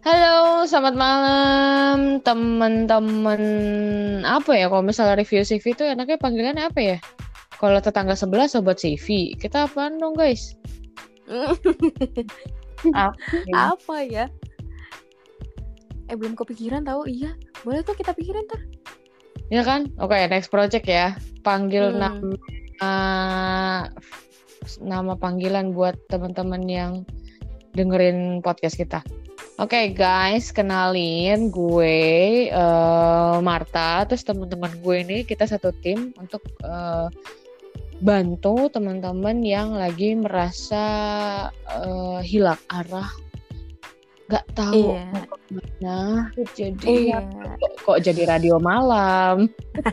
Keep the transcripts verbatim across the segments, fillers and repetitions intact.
Halo, selamat malam teman-teman. Apa ya kalau misalnya review C V itu enaknya panggilannya apa ya? Kalau tetangga sebelah sobat C V, kita apaan dong guys? Apa ya? Apa ya? Eh belum kepikiran tahu. Iya, boleh tuh kita pikirin ntar. Ya kan? Oke, next project ya. Panggil Hmm. nama nama panggilan buat teman-teman yang dengerin podcast kita. Oke okay, guys, kenalin gue uh, Marta, terus teman-teman gue ini kita satu tim untuk uh, bantu teman-teman yang lagi merasa uh, hilang arah, nggak tahu Iya. kemana, jadi Iya. kok, kok jadi radio malam.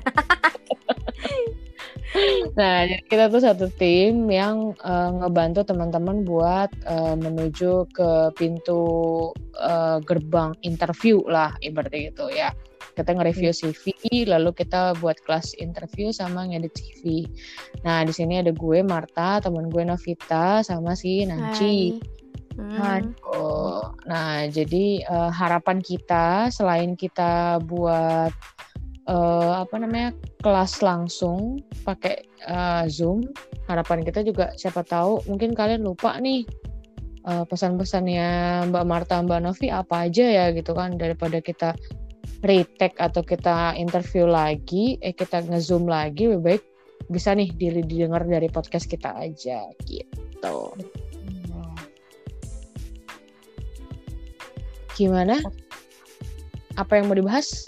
Nah, kita tuh satu tim yang uh, ngebantu teman-teman buat uh, menuju ke pintu uh, gerbang interview lah, ibaratnya gitu ya. Kita nge-review C V, lalu kita buat kelas interview sama ngedit C V. Nah, di sini ada gue Marta, teman gue Novita, sama si Nanci. Hai. Hmm. Oh, nah, jadi uh, harapan kita selain kita buat Uh, apa namanya kelas langsung pakai uh, Zoom, harapan kita juga siapa tahu mungkin kalian lupa nih uh, pesan-pesannya Mbak Marta, Mbak Novi apa aja ya gitu kan, daripada kita retake atau kita interview lagi, eh kita nge-zoom lagi, lebih baik bisa nih didengar dari podcast kita aja gitu. Gimana? Apa yang mau dibahas?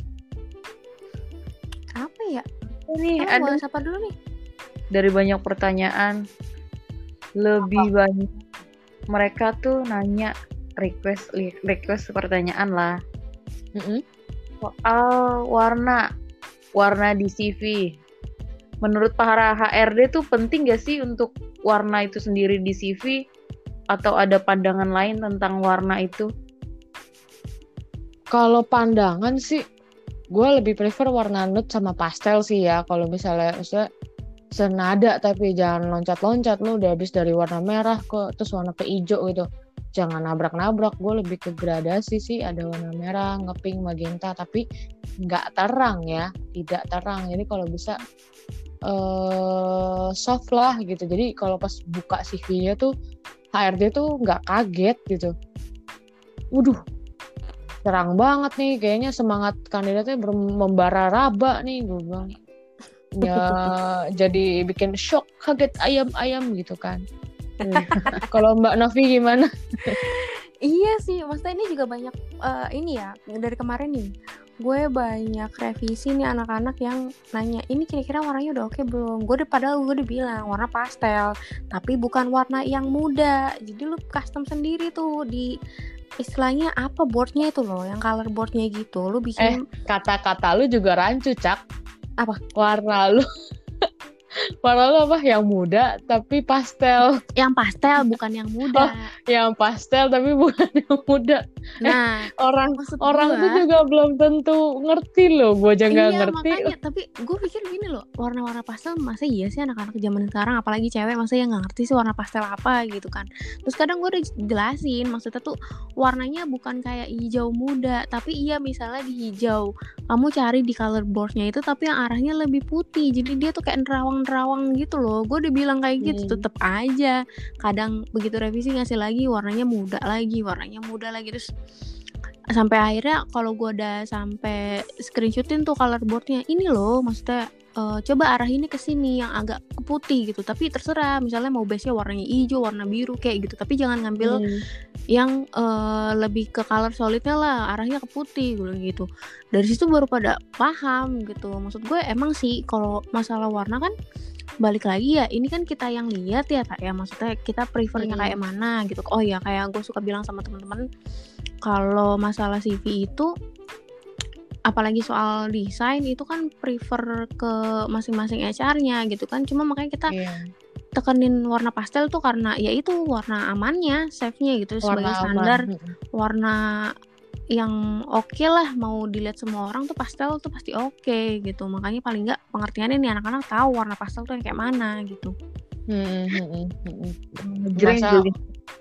Apa ya? Ini Kita ada bahas apa dulu nih? dari banyak pertanyaan, lebih apa? Banyak mereka tuh nanya request request pertanyaan lah. Mm-hmm. Soal warna warna di C V. Menurut para H R D tuh penting gak sih untuk warna itu sendiri di C V, atau ada pandangan lain tentang warna itu? Kalau pandangan sih gue lebih prefer warna nude sama pastel sih ya. Kalau misalnya maksudnya senada tapi jangan loncat-loncat, lu udah habis dari warna merah kok terus warna ke hijau gitu, jangan nabrak-nabrak. Gue lebih ke gradasi sih, ada warna merah, nge-pink, magenta, tapi nggak terang ya, tidak terang. Jadi kalau bisa uh, soft lah gitu, jadi kalau pas buka C V-nya tuh H R D tuh nggak kaget gitu, waduh terang banget nih, kayaknya semangat kandidatnya membara-raba nih, gue bilang ya. Jadi bikin shock, kaget ayam-ayam gitu kan. Kalau Mbak Novi gimana? Iya sih, maksudnya ini juga banyak uh, ini ya, dari kemarin nih gue banyak revisi nih anak-anak yang nanya ini kira-kira warnanya udah oke belum. Gue udah, padahal gue udah bilang warna pastel tapi bukan warna yang muda, jadi lu custom sendiri tuh di istilahnya apa, boardnya itu loh, yang color boardnya gitu, lu bikin. Eh, kata-kata lu juga rancu, Cak. Apa? Warna lu warna lu apa? Yang muda tapi pastel. Yang pastel bukan yang muda. Oh, yang pastel tapi bukan yang muda. Nah, eh, orang orang tuh juga belum tentu ngerti loh. Gue aja nggak iya, ngerti. Makanya, tapi gue pikir gini loh, warna-warna pastel masa iya sih anak-anak zaman sekarang, apalagi cewek, masa yang nggak ngerti sih warna pastel apa gitu kan. Terus kadang gue udah jelasin, maksudnya tuh warnanya bukan kayak hijau muda, tapi iya misalnya di hijau kamu cari di color boardnya itu tapi yang arahnya lebih putih, jadi dia tuh kayak nerawang-nerawang gitu loh. Gue udah bilang kayak gitu, hmm. tetep aja kadang begitu revisi ngasih lagi warnanya muda lagi, warnanya muda lagi. Terus sampai akhirnya kalau gue udah sampai screenshotin tuh color boardnya, ini loh maksudnya uh, coba arah ini ke sini yang agak ke putih gitu, tapi terserah misalnya mau base-nya warnanya hijau, warna biru kayak gitu, tapi jangan ngambil hmm. yang uh, lebih ke color solidnya lah, arahnya ke putih gitu. Dari situ baru pada paham gitu. Maksud gue emang sih kalau masalah warna kan balik lagi ya, ini kan kita yang lihat ya tak ya, maksudnya kita prefernya hmm. kayak mana gitu. Oh ya, kayak gue suka bilang sama teman-teman, kalau masalah C V itu apalagi soal desain itu kan prefer ke masing-masing H R-nya gitu kan. Cuma makanya kita yeah. tekenin warna pastel tuh karena ya itu warna amannya, safe-nya gitu, warna sebagai standar aman. Warna yang oke okay lah, mau dilihat semua orang tuh pastel tuh pasti oke okay, gitu. Makanya paling nggak pengertiannya nih anak-anak tahu warna pastel tuh yang kayak mana gitu. Hmm, hmm, hmm, hmm. Jreng Masa, juga.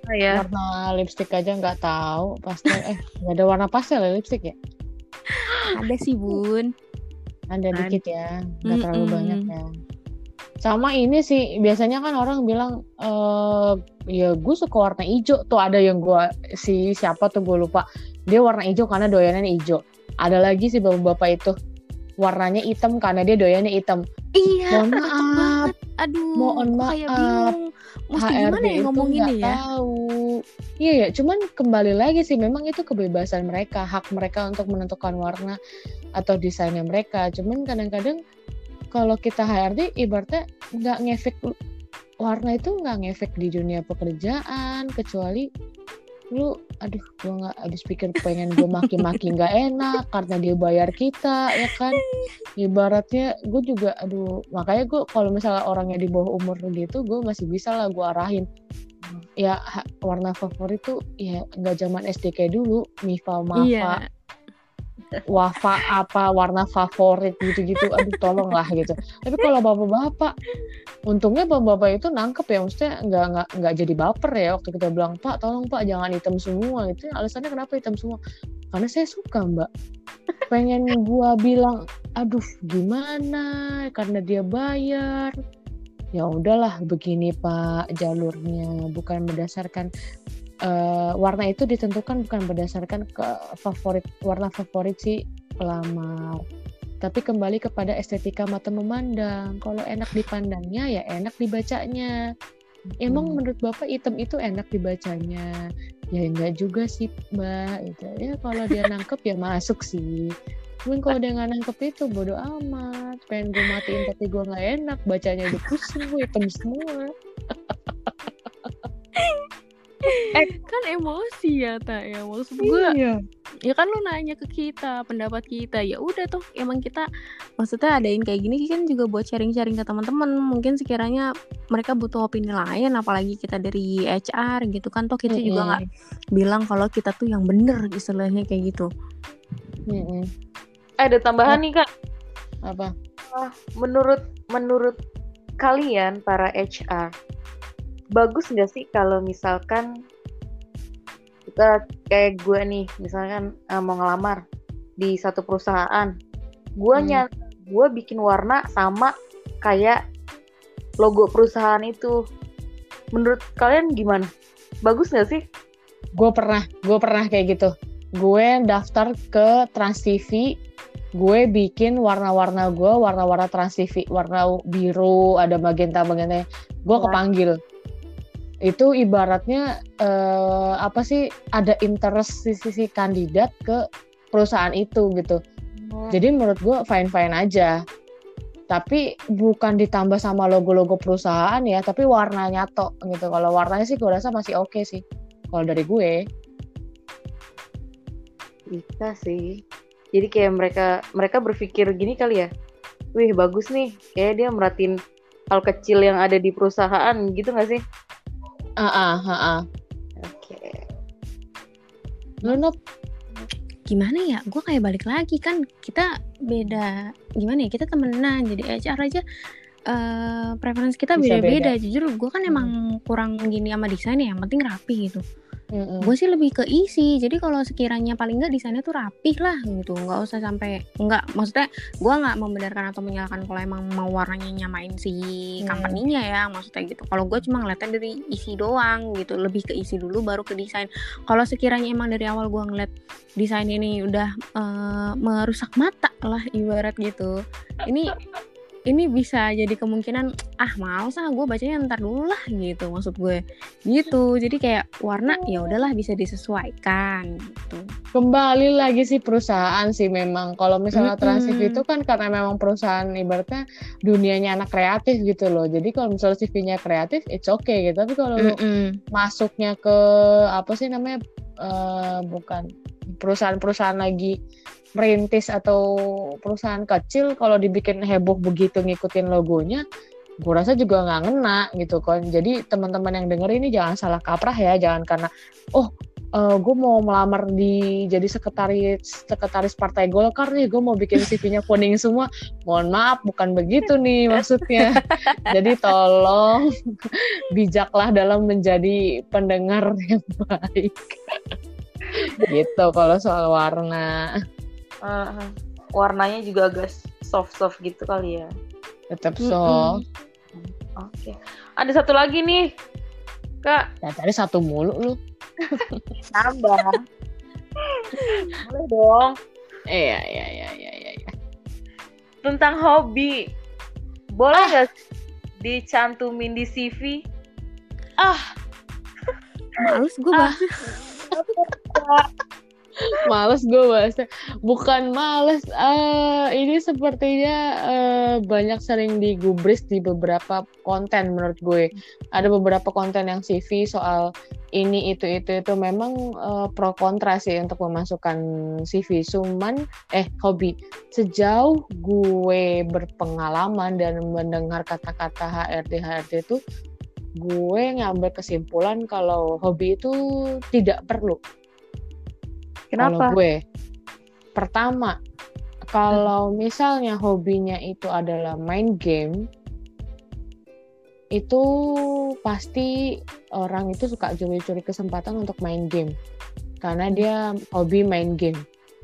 Ah, ya. Warna lipstick aja nggak tahu pastel. Eh, nggak ada warna pastel ya lipstick ya? Ada sih bun. Ada Ada. dikit ya, nggak terlalu Mm-mm. banyak ya. Sama ini sih biasanya kan orang bilang eh ya gue suka warna hijau. Tuh ada yang gue si siapa tuh gue lupa. Dia warna hijau karena doyanannya hijau. Ada lagi sih bapak-bapak itu warnanya hitam karena dia doyannya hitam. Iya, Mohon tetep maaf, banget. Aduh, mohon gua kayak maaf. bingung. Mesti H R gimana D ya itu ngomonginnya nggak ya? tahu. Iya ya, cuman kembali lagi sih memang itu kebebasan mereka, hak mereka untuk menentukan warna atau desainnya mereka. Cuman kadang-kadang kalau kita H R D ibaratnya nggak ngefek warna itu nggak ngefek di dunia pekerjaan kecuali lu aduh gue nggak habis pikir pengen gue maki-maki nggak enak karena dia bayar kita ya kan ibaratnya gue juga aduh makanya gue kalau misalnya orangnya di bawah umur gitu gue masih bisa lah gue arahin ya ha- warna favorit tuh ya nggak zaman S D kayak dulu Mifa Mafa Iya. Wafa apa warna favorit gitu-gitu aduh tolong lah gitu tapi kalau bapak-bapak untungnya bapak-bapak itu nangkep ya maksudnya nggak nggak nggak jadi baper ya waktu kita bilang Pak tolong Pak jangan hitam semua gitu alasannya kenapa hitam semua karena saya suka Mbak pengen gua bilang aduh gimana karena dia bayar ya udahlah begini Pak jalurnya bukan berdasarkan Uh, warna itu ditentukan bukan berdasarkan ke favorit warna favorit si pelamar, tapi kembali kepada estetika mata memandang. Kalau enak dipandangnya ya enak dibacanya. Emang Hmm. menurut Bapak hitam itu enak dibacanya? Ya enggak juga sih Mbak. Gitu. Ya kalau dia nangkep ya masuk sih. Cuman kalau dia nggak nangkep itu bodo amat. Pengen gue matiin tapi gue nggak enak bacanya udah pusing gue hitam semua. Eh, kan emosi ya tak ya maksud gue Iya. ya kan lu nanya ke kita pendapat kita ya udah tuh emang kita maksudnya adain kayak gini kan juga buat sharing-sharing ke teman-teman mungkin sekiranya mereka butuh opini lain apalagi kita dari H R gitu kan toh kita juga nggak bilang kalau kita tuh yang bener istilahnya kayak gitu. Mm-mm. Ada tambahan nih Kak. Apa? Menurut menurut kalian para H R, bagus nggak sih kalau misalkan kita kayak gue nih, misalkan uh, mau ngelamar di satu perusahaan, gue Hmm. nyat, gue bikin warna sama kayak logo perusahaan itu. Menurut kalian gimana? Bagus nggak sih? Gue pernah, gue pernah kayak gitu. Gue daftar ke Trans T V, gue bikin warna-warna gue, warna-warna Trans T V, warna biru, ada magenta-magenta. Gue Ya. kepanggil. Itu ibaratnya eh, apa sih? Ada interest si sisi kandidat ke perusahaan itu gitu. Jadi menurut gue fine-fine aja. Tapi bukan ditambah sama logo-logo perusahaan ya, tapi warnanya tok gitu. Kalau warnanya sih gue rasa masih oke sih. Kalau dari gue. Bisa sih. Jadi kayak mereka mereka berpikir gini kali ya. Wih bagus nih, kayak dia merhatiin hal kecil yang ada di perusahaan gitu nggak sih? Ah, ah, ah, ah. Oke. Lu Nop? Gimana ya gue kayak balik lagi kan kita beda gimana ya kita temenan jadi H R aja eh preferensi kita Bisa beda-beda beda. jujur gue kan emang kurang gini sama desain ya yang penting rapi gitu. Mm-mm. Gue sih lebih ke isi jadi kalau sekiranya paling nggak desainnya tuh rapih lah gitu nggak usah sampai nggak maksudnya gue nggak membenarkan atau menyalahkan kalau emang mau warnanya nyamain si Hmm. company-nya ya maksudnya gitu kalau gue cuma ngeliatnya dari isi doang gitu lebih ke isi dulu baru ke desain kalau sekiranya emang dari awal gue ngeliat desain ini udah eh, merusak mata lah ibarat gitu ini ini bisa jadi kemungkinan ah males ah gue bacanya ntar dulu lah gitu maksud gue gitu jadi kayak warna ya udahlah bisa disesuaikan gitu. Kembali lagi sih perusahaan sih memang. Kalau misalnya Trans T V Mm-mm. itu kan karena memang perusahaan ibaratnya dunianya anak kreatif gitu loh. Jadi kalau misalnya C V-nya kreatif, it's okay gitu. Tapi kalau lu Mm-mm. masuknya ke apa sih namanya eh, bukan perusahaan-perusahaan lagi merintis atau perusahaan kecil, kalau dibikin heboh begitu ngikutin logonya, gue rasa juga nggak ngena gitu kan. Jadi teman-teman yang denger ini jangan salah kaprah ya, jangan karena oh Uh, gue mau melamar di jadi sekretaris sekretaris Partai Golkar nih, gue mau bikin C V-nya kuning semua. Mohon maaf, bukan begitu nih maksudnya. Jadi tolong bijaklah dalam menjadi pendengar yang baik. Gitu kalau soal warna. Uh, warnanya juga agak soft-soft gitu kali ya. Tetap soft. Mm-hmm. Oke. Okay. Ada satu lagi nih, Kak. Ya tadi satu mulu lu. Nambah. Boleh dong. Iya, iya, iya, iya, iya. Tentang hobi. Boleh nggak ah. dicantumin di C V? Ah. Males gue bahas. Ah. Males gue bahasnya. Bukan males, uh, ini sepertinya uh, banyak sering digubris di beberapa konten menurut gue. Ada beberapa konten yang C V soal ini itu itu itu memang uh, pro kontra sih untuk memasukkan C V. Cuman eh hobi, sejauh gue berpengalaman dan mendengar kata-kata H R D H R D itu, gue ngambil kesimpulan kalau hobi itu tidak perlu. Kenapa? Kalau gue, pertama, kalau misalnya hobinya itu adalah main game, itu pasti orang itu suka curi-curi kesempatan untuk main game, karena dia hobi main game.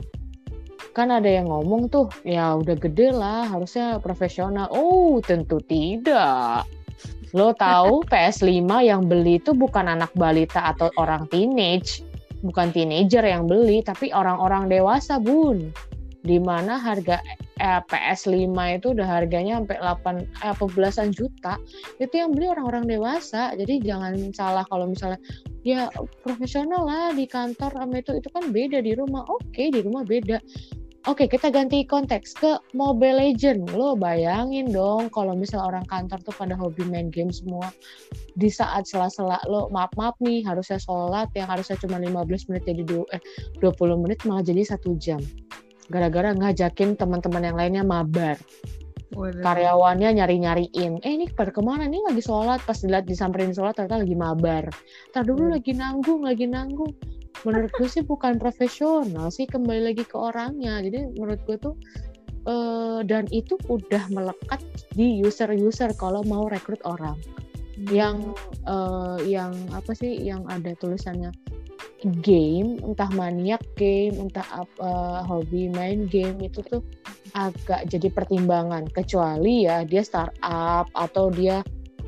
Kan ada yang ngomong tuh, ya udah gede lah, harusnya profesional. Oh, tentu tidak. Lo tahu P S lima yang beli itu bukan anak balita atau orang teenage. Bukan teenager yang beli, tapi orang-orang dewasa, Bun. Dimana harga eh, P S lima itu udah harganya sampai delapan eh, belasan juta. Itu yang beli orang-orang dewasa. Jadi jangan salah kalau misalnya ya profesional lah di kantor sama itu itu kan beda di rumah. Oke, di rumah beda. Oke, kita ganti konteks ke Mobile Legends. Lo bayangin dong kalau misalnya orang kantor tuh pada hobi main game semua. Di saat sela-sela lo maaf-maaf nih harusnya sholat yang harusnya cuma lima belas menit jadi dua puluh menit malah jadi satu jam. Gara-gara ngajakin teman-teman yang lainnya mabar. Waduh. Karyawannya nyari-nyariin. Eh ini pada kemana nih, lagi sholat. Pas dilihat disamperin sholat ternyata lagi mabar. Ntar dulu hmm. lagi nanggung, lagi nanggung. Menurut gue sih bukan profesional sih, kembali lagi ke orangnya. Jadi menurut gue tuh uh, dan itu udah melekat di user-user kalau mau rekrut orang hmm. yang uh, yang apa sih yang ada tulisannya game, entah maniak game, entah uh, hobi main game, itu tuh agak jadi pertimbangan, kecuali ya dia startup atau dia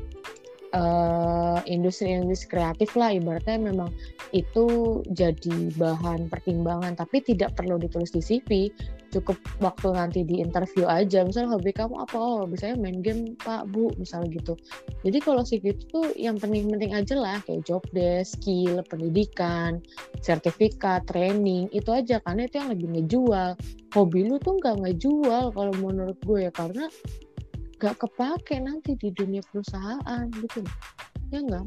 Uh, industri-industri kreatif lah, ibaratnya memang itu jadi bahan pertimbangan, tapi tidak perlu ditulis di C V, cukup waktu nanti di interview aja, misalnya hobi kamu apa, oh misalnya main game Pak Bu, misalnya gitu. Jadi kalau C V itu yang penting-penting aja lah, kayak job desk, skill, pendidikan, sertifikat, training, itu aja, karena itu yang lebih ngejual. Hobi lu tuh nggak ngejual kalau menurut gue ya, karena gak kepake nanti di dunia perusahaan gitu, ya enggak?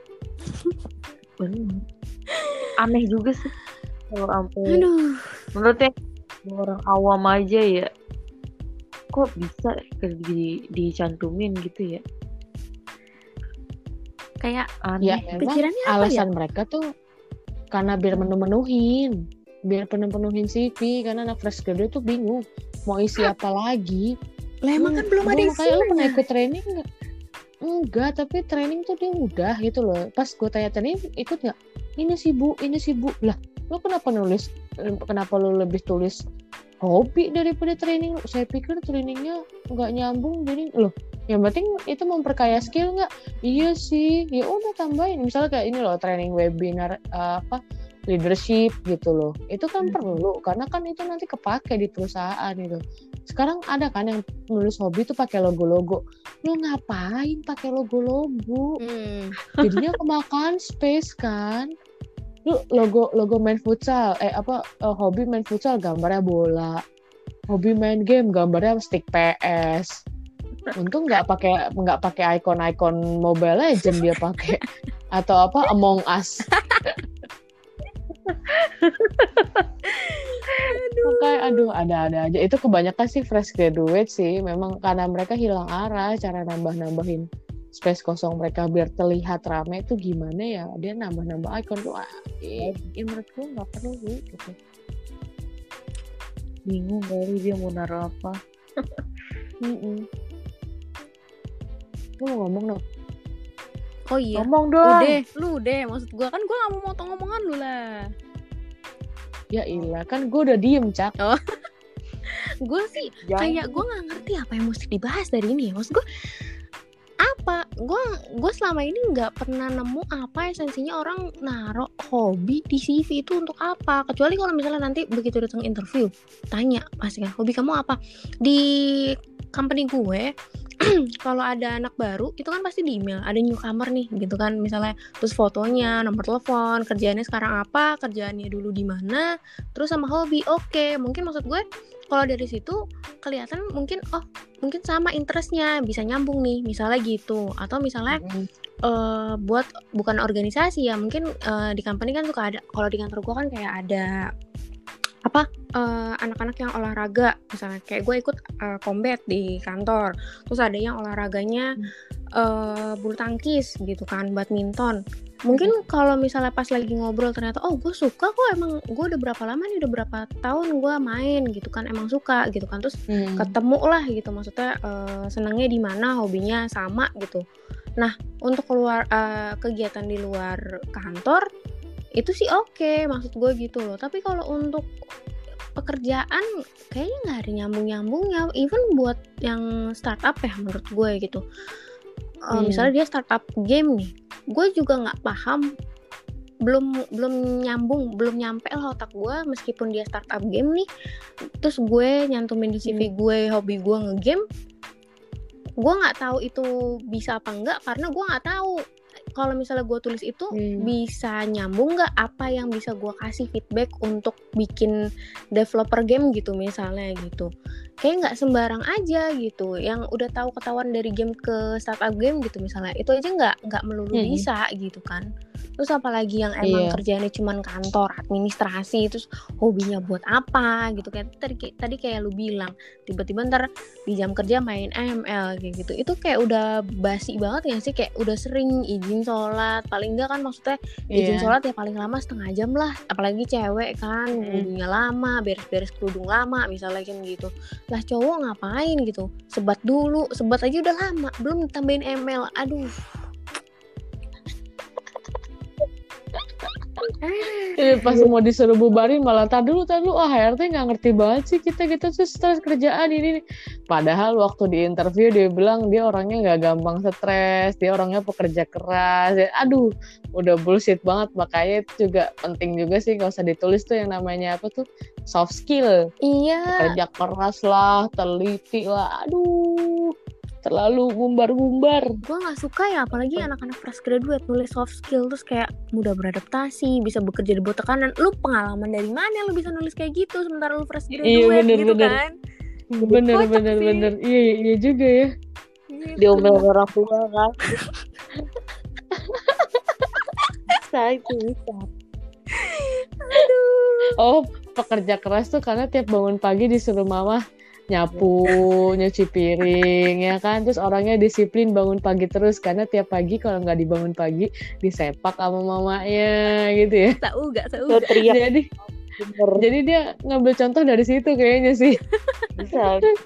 Benar. Aneh juga sih kalau sampai menurutnya orang awam aja ya, kok bisa di, dicantumin gitu ya? Kayak aneh. Ya, pikirannya apa alasan ya? Mereka tuh karena biar menu-menuhin, biar penuh-penuhin C V, karena anak fresh graduate tuh bingung mau isi apa lagi. Lah emang kan belum ada isinya. Kayak lu pernah ikut training nggak? Enggak, tapi training tuh dia mudah gitu loh. Pas gue tanya training, ikut nggak? Ini sih Bu, ini sih Bu. Lah, lu kenapa nulis? Kenapa lu lebih tulis hobi daripada training? Saya pikir trainingnya nggak nyambung, jadi loh. Yang penting itu memperkaya skill nggak? Iya sih, ya udah tambahin. Misalnya kayak ini loh, training webinar uh, apa? Leadership gitu loh. Itu kan hmm. perlu, karena kan itu nanti kepake di perusahaan gitu. Sekarang ada kan yang nulis hobi tuh pakai logo-logo. Lo ngapain pakai logo-logo? Hmm. Jadinya kemakan space kan. Lu logo logo main futsal, eh apa uh, hobi main futsal gambarnya bola. Hobi main game gambarnya stick P S. Untung nggak pakai nggak pakai icon-icon Mobile Legends dia pakai atau apa Among Us. aduh. Kayak aduh ada-ada aja. Itu kebanyakan sih fresh graduate sih, memang karena mereka hilang arah cara nambah-nambahin space kosong mereka biar terlihat rame itu gimana ya, dia nambah-nambah icon tuh ah, eh, ya menurut gue nggak perlu gitu. Bingung kali dia mau naruh apa. Mm-mm. Lu mau ngomong dong? Oh iya. Ngomong dong. Udah, lu deh. Maksud gue kan gue gak mau motong ngomongan lu lah. Ya ilah, kan gue udah diem, Cak. Oh. Gue sih Jangan. kayak gue gak ngerti apa yang mesti dibahas dari ini ya. Maksud gue apa? Gue gue selama ini nggak pernah nemu apa esensinya orang naruh hobi di C V itu untuk apa. Kecuali kalau misalnya nanti begitu datang interview, tanya pasti kan hobi kamu apa. Di company gue kalau ada anak baru itu kan pasti di email, ada newcomer nih gitu kan, misalnya terus fotonya, nomor telepon, kerjaannya sekarang apa, kerjaannya dulu di mana, terus sama hobi. Oke, mungkin maksud gue kalau dari situ kelihatan mungkin oh mungkin sama interestnya bisa nyambung nih misalnya gitu, atau misalnya Mm. uh, buat bukan organisasi ya, mungkin uh, di company kan suka ada, kalau di kantor gue kan kayak ada apa uh, anak-anak yang olahraga misalnya kayak gue ikut uh, combat di kantor, terus ada yang olahraganya uh, bulu tangkis gitu kan, badminton. Mungkin hmm. kalau misalnya pas lagi ngobrol ternyata oh gue suka kok, emang gue udah berapa lama nih, udah berapa tahun gue main gitu kan, emang suka gitu kan, terus hmm. ketemu lah gitu, maksudnya uh, senangnya di mana, hobinya sama gitu. Nah untuk keluar uh, kegiatan di luar kantor itu sih oke, okay, maksud gue gitu loh. Tapi kalau untuk pekerjaan kayaknya nggak ada nyambung-nyambungnya. Even buat yang startup ya menurut gue gitu. Uh, hmm. Misalnya dia startup game nih, gue juga nggak paham, belum belum nyambung, belum nyampe lah otak gue. Meskipun dia startup game nih, terus gue nyantumin di C V hmm. gue hobi gue ngegame, gue nggak tahu itu bisa apa enggak karena gue nggak tahu. Kalau misalnya gue tulis itu hmm. bisa nyambung nggak apa yang bisa gue kasih feedback untuk bikin developer game gitu misalnya gitu. Kayak nggak sembarang aja gitu. Yang udah tahu ketahuan dari game ke startup game gitu misalnya, itu aja nggak nggak melulu hmm. bisa gitu kan. Terus apalagi yang emang yeah. kerjanya cuman kantor, administrasi, terus hobinya buat apa gitu. Kayak tadi, tadi kayak lu bilang, tiba-tiba ntar di jam kerja main M L kayak gitu. Itu kayak udah basi banget ya sih, kayak udah sering izin sholat. Paling enggak kan maksudnya izin yeah. sholat ya paling lama setengah jam lah. Apalagi cewek kan, wudhunya mm. lama, beres-beres kerudung lama misalnya kan gitu. Lah cowok ngapain gitu? Sebat dulu, sebat aja udah lama, belum ditambahin M L. Aduh. Eh, pas mau disuruh bubarin malah tar dulu tar dulu ah H R T nggak ngerti banget sih kita kita tuh stres kerjaan ini nih. Padahal waktu di interview dia bilang dia orangnya nggak gampang stres, dia orangnya pekerja keras. Aduh udah bullshit banget. Makanya itu juga penting juga sih nggak usah ditulis tuh yang namanya apa tuh soft skill. Iya. Kerja keras lah, teliti lah. Aduh terlalu gumbar-gumbar. Gue nggak suka ya, apalagi anak-anak fresh graduate nulis soft skill terus kayak mudah beradaptasi, bisa bekerja di bawah tekanan. Lu pengalaman dari mana lu bisa nulis kayak gitu sementara lu fresh graduate iya, bener, gitu bener. kan? Bener Kocok bener sih. bener. Iya iya juga ya. Gitu. Diomelin orang tua kan. Bisa itu bisa. Aduh. Oh pekerja keras tuh karena tiap bangun pagi disuruh mama nyapu, nyuci piring ya kan, terus orangnya disiplin bangun pagi terus karena tiap pagi kalau nggak dibangun pagi disepak sama mamanya gitu ya. Tahu nggak? Tahu. Jadi bener. Jadi dia ngambil contoh dari situ kayaknya sih. Bisa. Aduh.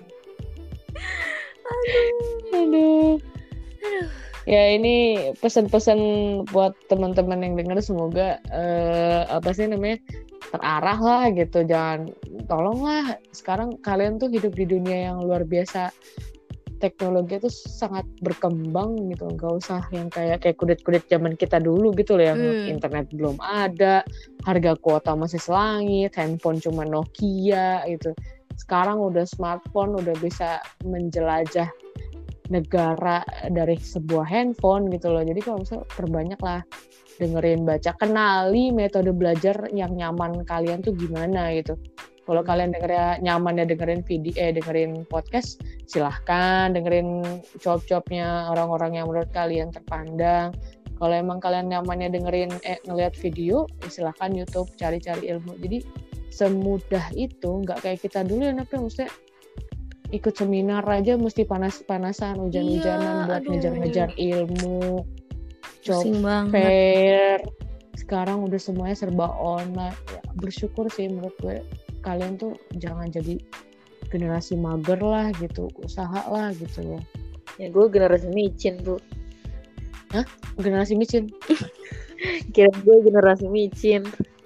Aduh. Ya ini pesan-pesan buat teman-teman yang dengar semoga uh, apa sih namanya terarah lah gitu. Jangan, tolonglah sekarang kalian tuh hidup di dunia yang luar biasa, teknologi itu sangat berkembang gitu, nggak usah yang kayak kayak kudet-kudet zaman kita dulu gitu loh, yang hmm. internet belum ada, harga kuota masih selangit, handphone cuma Nokia gitu. Sekarang udah smartphone, udah bisa menjelajah negara dari sebuah handphone gitu loh. Jadi kalau misalnya perbanyak lah dengerin, baca, kenali metode belajar yang nyaman kalian tuh gimana gitu. Kalau kalian dengernya nyamannya dengerin video, eh dengerin podcast, silahkan dengerin job-jobnya orang-orang yang menurut kalian terpandang. Kalau emang kalian nyamannya dengerin eh ngelihat video, eh, silahkan YouTube cari-cari ilmu. Jadi semudah itu, nggak kayak kita dulu ya, Nap, maksudnya ikut seminar aja mesti panas-panasan, hujan-hujanan Iya, buat aduh. ngejar-ngejar ilmu, job Pusing banget. fair. Sekarang udah semuanya serba online. Ya, bersyukur sih menurut gue, kalian tuh jangan jadi generasi mager lah gitu, usaha lah gitu ya. Ya gue generasi micin tuh. Generasi micin. Kira gue generasi micin.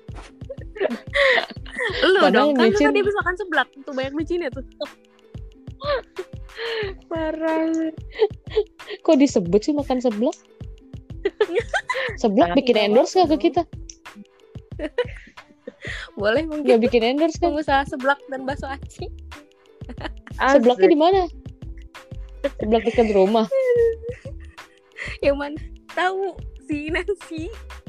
Lu Padahal dong, kan lu micin- tadi habis makan seblak. Tuh banyak micinnya tuh. Parah. Kok disebut sih makan seblak? Seblak bikin Nggak endorse gak apa-apa ke kita? Boleh mungkin Gak bikin endorse kan? pengusaha seblak dan bakso aci. Seblaknya di mana? Seblak dekat rumah. Yang mana? Tahu si Nancy.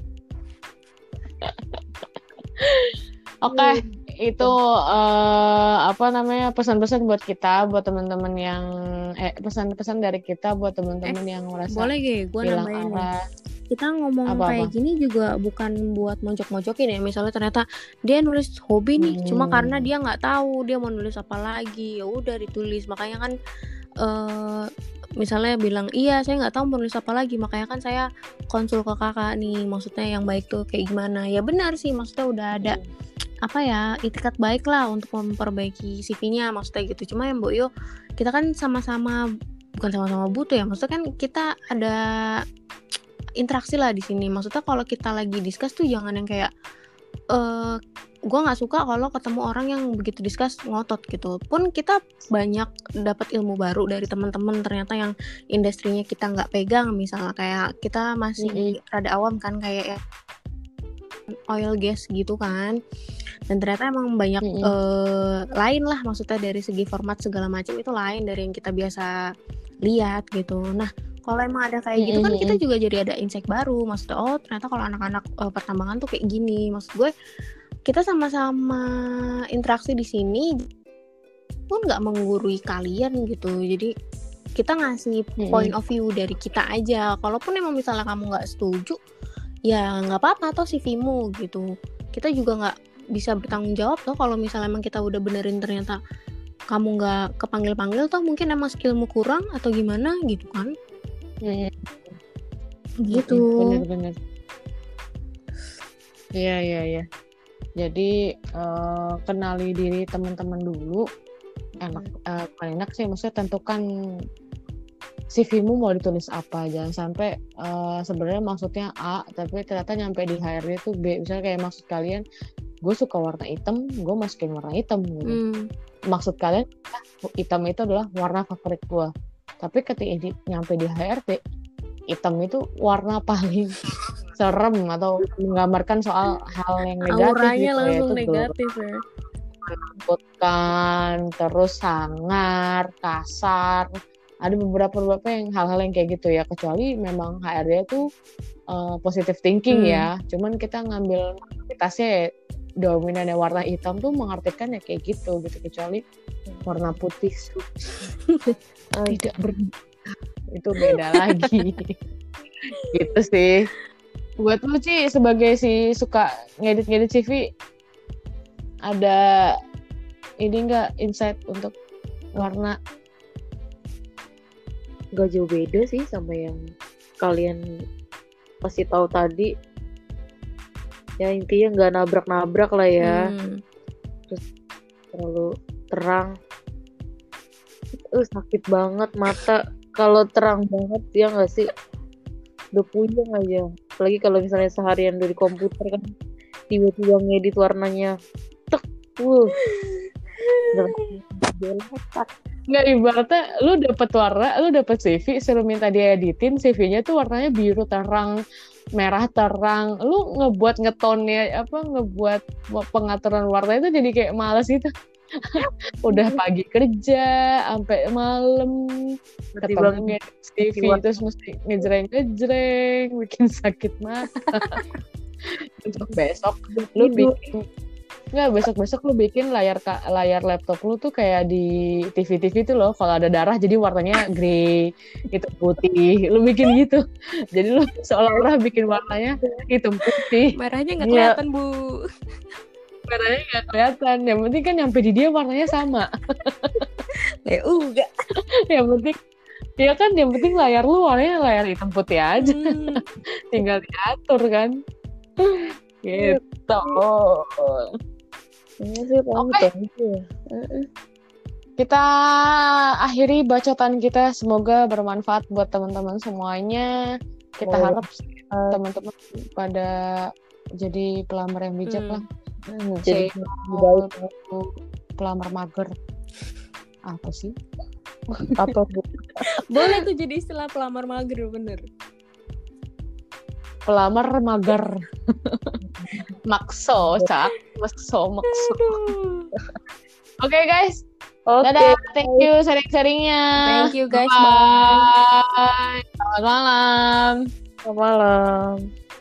Oke, itu eh, apa namanya pesan-pesan buat kita, buat teman-teman yang eh pesan-pesan dari kita buat teman-teman yang merasa Boleh gue, gue hilang nambahin nih. arah. Kita ngomong Apa-apa? kayak gini juga bukan buat mojok-mojokin ya. Misalnya ternyata dia nulis hobi nih, Hmm. cuma karena dia nggak tahu dia mau nulis apa lagi, ya udah ditulis. Makanya kan eh misalnya bilang iya saya nggak tahu mau nulis apa lagi, makanya kan saya konsul ke kakak nih. Maksudnya yang baik tuh kayak gimana? Ya benar sih, maksudnya udah ada apa ya itikat baik lah untuk memperbaiki C V-nya, maksudnya gitu. Cuma yang Mbok Yo, kita kan sama-sama bukan sama-sama butuh ya, maksudnya kan kita ada interaksi lah di sini. Maksudnya kalau kita lagi discuss tuh jangan yang kayak eh gue nggak suka kalau ketemu orang yang begitu discuss ngotot gitu. Pun kita banyak dapat ilmu baru dari teman-teman ternyata yang industrinya kita nggak pegang, misalnya kayak kita masih rada awam kan kayak oil gas gitu kan, dan ternyata emang banyak Mm-mm. eh, lain lah, maksudnya dari segi format segala macam itu lain dari yang kita biasa lihat gitu. Nah kalau emang ada kayak gitu kan kita juga jadi ada insight baru, maksudnya oh ternyata kalau anak-anak eh, pertambangan tuh kayak gini. Maksud gue kita sama-sama interaksi di sini pun nggak menggurui kalian gitu, jadi kita ngasih Mm-mm. point of view dari kita aja. Kalaupun emang misalnya kamu nggak setuju ya nggak apa-apa, atau C V-mu gitu. Kita juga nggak bisa bertanggung jawab toh kalau misalnya emang kita udah benerin ternyata kamu nggak kepanggil-panggil, toh mungkin emang skillmu kurang atau gimana gitu kan. Mm-mm. Gitu. Bener-bener. Iya iya iya. Jadi eh, kenali diri teman-teman dulu. Enak, eh, bukan enak sih, maksudnya tentukan C V-mu mau ditulis apa. Jangan sampai eh, sebenarnya maksudnya A tapi ternyata nyampe di H R D itu B. Misalnya kayak maksud kalian gue suka warna hitam, gue masukin warna hitam gitu. Hmm. Maksud kalian hitam itu adalah warna favorit gue, tapi ketika di, nyampe di H R D hitam itu warna paling serem atau menggambarkan soal hal yang negatif Auranya gitu, langsung yaitu negatif ya. menakutkan, terus sangar, kasar. Ada beberapa beberapa yang hal-hal yang kayak gitu ya, kecuali memang H R D itu uh, positive thinking Hmm. ya. Cuman kita ngambil mayoritasnya dominannya warna hitam tuh mengartikan ya kayak gitu gitu, kecuali warna putih tidak ber itu beda lagi. Gitu sih. Buat lu Ci, sebagai si suka ngedit-ngedit C V, ada ini enggak insight untuk warna? Gak jauh beda sih sama yang kalian kasih tahu tadi. Ya intinya nggak nabrak-nabrak lah ya. Hmm. Terlalu terang. Uh, sakit banget mata kalau terang banget ya nggak sih? Udah puyeng aja. Apalagi kalau misalnya seharian dari komputer kan tiba-tiba ngedit warnanya tek, wuh. Nggak, ibaratnya lu dapet warna, lu dapet C V, suruh minta dia editin, C V-nya tuh warnanya biru terang, merah terang. Lu ngebuat ngetonnya apa, ngebuat pengaturan warna itu jadi kayak males gitu. Udah pagi kerja sampai malam ketemu ngedit C V terus mesti ngejreng-ngejreng, bikin sakit mata. Untuk besok lu bikin nggak, besok-besok lu bikin layar layar laptop lu tuh kayak di T V T V tuh loh, kalau ada darah jadi warnanya grey, itu putih, lu bikin gitu. Jadi lu seolah-olah bikin warnanya hitam putih. Merahnya nggak kelihatan Bu. Merahnya nggak kelihatan, yang penting kan nyampe di dia warnanya sama. Ya udah. Yang penting ya kan, yang penting layar lu warnanya layar hitam putih aja. Hmm. Tinggal diatur kan. Gitu. Ini sih kamu Oke. gitu ya. Heeh. Kita akhiri bacotan kita, semoga bermanfaat buat teman-teman semuanya. Kita Oh. harap teman-teman pada jadi pelamar yang bijak Hmm. lah. Hmm, jadi Say lebih no baik to pelamar mager. Apa sih? apa Bu? Boleh tuh jadi istilah pelamar mager, bener. Pelamar mager. Makso, cak. Makso, makso. Aduh. Oke guys, Oke. dadah. Thank you sharing-sharingnya. Thank you guys, Bye. Selamat malam. Selamat malam.